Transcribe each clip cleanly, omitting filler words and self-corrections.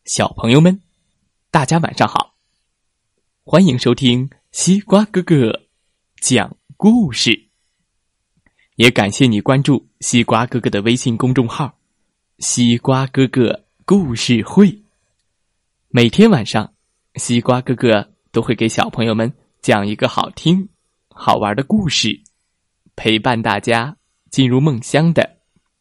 小朋友们，大家晚上好！欢迎收听西瓜哥哥讲故事，也感谢你关注西瓜哥哥的微信公众号“西瓜哥哥故事会”。每天晚上，西瓜哥哥都会给小朋友们讲一个好听、好玩的故事，陪伴大家进入梦乡的。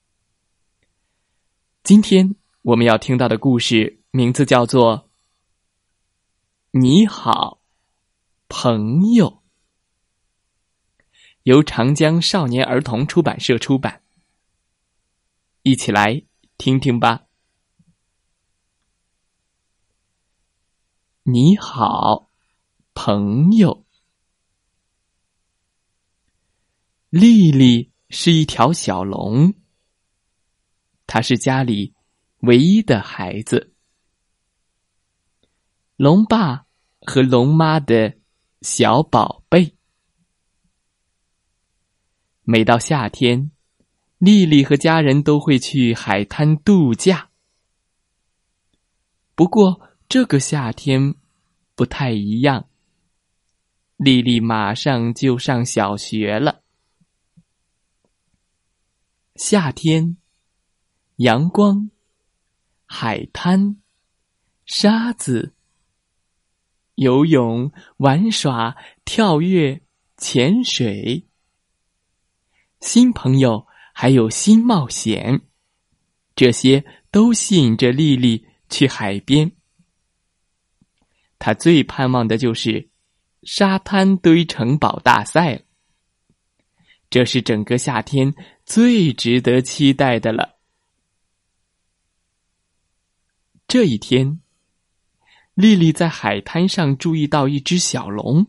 今天我们要听到的故事名字叫做《你好，朋友》，由长江少年儿童出版社出版。一起来听听吧。你好，朋友。丽丽是一条小龙，她是家里唯一的孩子。龙爸和龙妈的小宝贝。每到夏天，丽丽和家人都会去海滩度假。不过这个夏天不太一样，丽丽马上就上小学了。夏天，阳光，海滩，沙子，游泳、玩耍、跳跃、潜水，新朋友还有新冒险，这些都吸引着丽丽去海边。她最盼望的就是沙滩堆城堡大赛了，这是整个夏天最值得期待的了。这一天，丽丽在海滩上注意到一只小龙，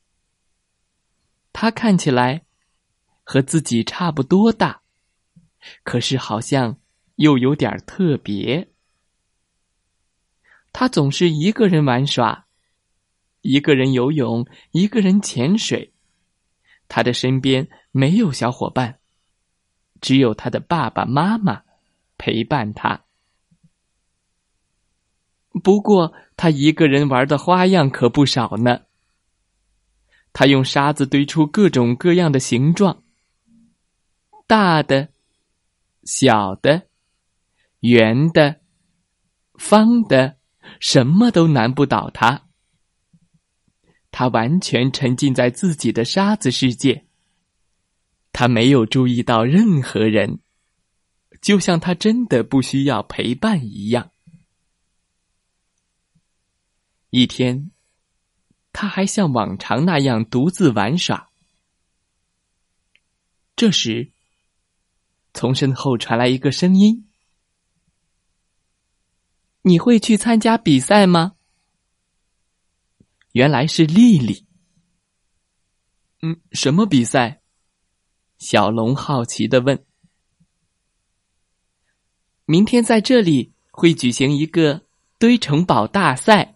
它看起来和自己差不多大，可是好像又有点特别。它总是一个人玩耍，一个人游泳，一个人潜水。他的身边没有小伙伴，只有他的爸爸妈妈陪伴他。不过他一个人玩的花样可不少呢。他用沙子堆出各种各样的形状，大的、小的、圆的、方的，什么都难不倒他。他完全沉浸在自己的沙子世界，他没有注意到任何人，就像他真的不需要陪伴一样。一天，他还像往常那样独自玩耍。这时，从身后传来一个声音：“你会去参加比赛吗？”原来是丽丽。什么比赛？小龙好奇地问。明天在这里会举行一个堆城堡大赛。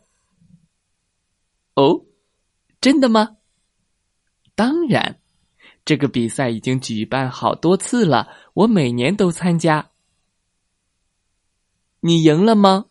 哦，真的吗？当然，这个比赛已经举办好多次了，我每年都参加。你赢了吗？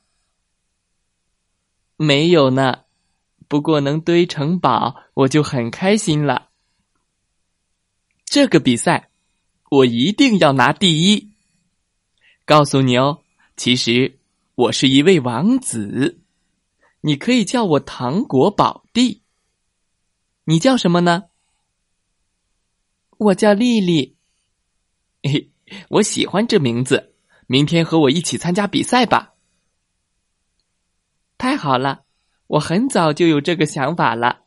没有呢。不过能堆城堡，我就很开心了。这个比赛，我一定要拿第一。告诉你哦，其实我是一位王子，你可以叫我糖果宝弟。你叫什么呢？我叫丽丽。嘿，我喜欢这名字，明天和我一起参加比赛吧。太好了。我很早就有这个想法了。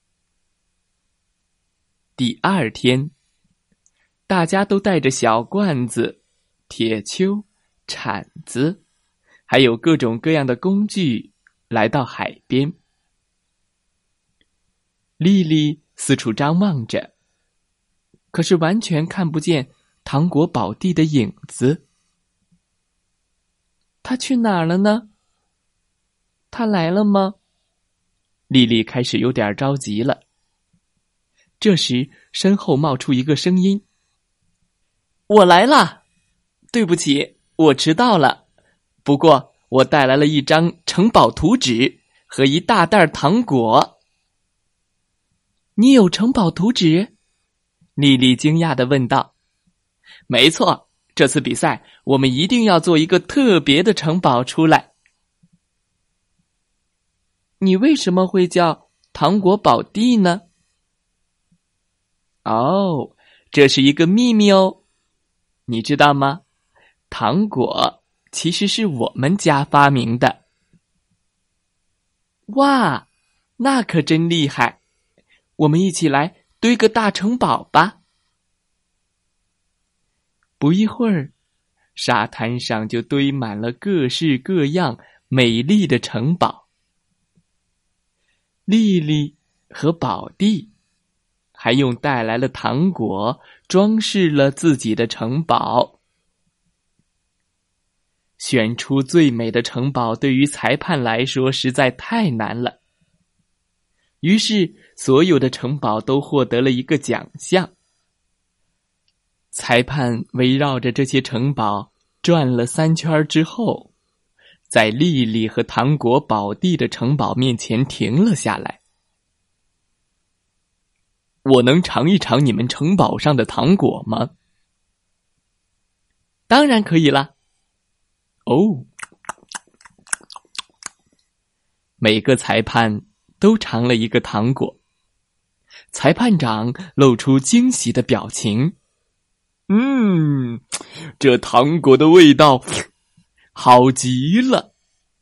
第二天，大家都带着小罐子、铁锹、铲子，还有各种各样的工具来到海边。丽丽四处张望着，可是完全看不见糖果宝弟的影子。他去哪儿了呢？他来了吗？丽丽开始有点着急了。这时，身后冒出一个声音：“我来了！对不起，我迟到了。不过我带来了一张城堡图纸和一大袋糖果。你有城堡图纸？莉莉惊讶地问道。没错，这次比赛我们一定要做一个特别的城堡出来。你为什么会叫糖果宝地呢？哦，这是一个秘密哦。你知道吗？糖果其实是我们家发明的。哇，那可真厉害！我们一起来堆个大城堡吧。不一会儿，沙滩上就堆满了各式各样美丽的城堡。莉莉和宝弟还用带来了糖果装饰了自己的城堡。选出最美的城堡对于裁判来说实在太难了，于是所有的城堡都获得了一个奖项。裁判围绕着这些城堡转了3圈之后，在莉莉和糖果宝地的城堡面前停了下来。我能尝一尝你们城堡上的糖果吗？当然可以啦。哦，每个裁判都尝了一个糖果。裁判长露出惊喜的表情。这糖果的味道好极了。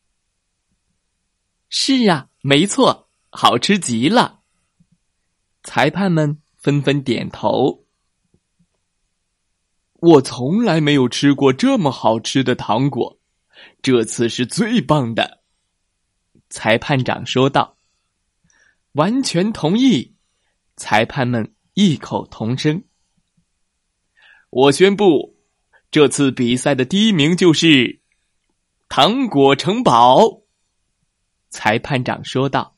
是啊，没错，好吃极了。裁判们纷纷点头。我从来没有吃过这么好吃的糖果，这次是最棒的。裁判长说道。完全同意，裁判们异口同声。我宣布，这次比赛的第1名就是糖果城堡。裁判长说道。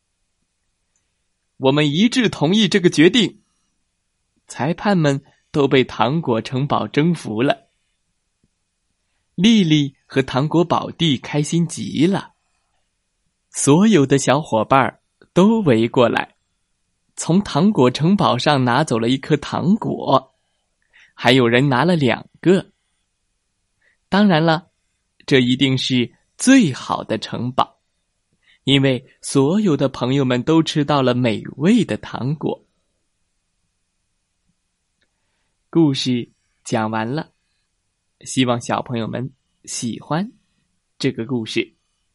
我们一致同意这个决定。裁判们都被糖果城堡征服了。莉莉和糖果宝地开心极了。所有的小伙伴都围过来，从糖果城堡上拿走了一颗糖果，还有人拿了2个。当然了，这一定是最好的城堡，因为所有的朋友们都吃到了美味的糖果。故事讲完了，希望小朋友们喜欢这个故事。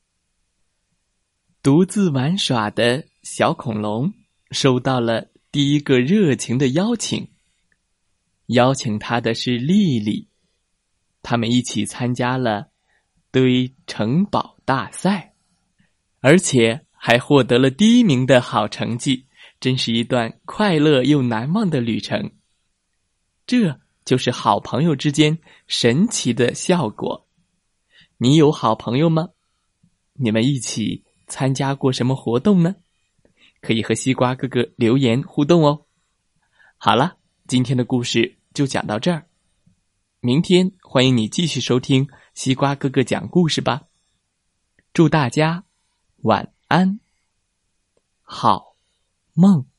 独自玩耍的小恐龙收到了第1个热情的邀请，邀请他的是莉莉，他们一起参加了堆城堡大赛，而且还获得了第1名的好成绩，真是一段快乐又难忘的旅程。这就是好朋友之间神奇的效果。你有好朋友吗？你们一起参加过什么活动呢？可以和西瓜哥哥留言互动哦。好了，今天的故事就讲到这儿。明天欢迎你继续收听西瓜哥哥讲故事吧。祝大家晚安，好梦。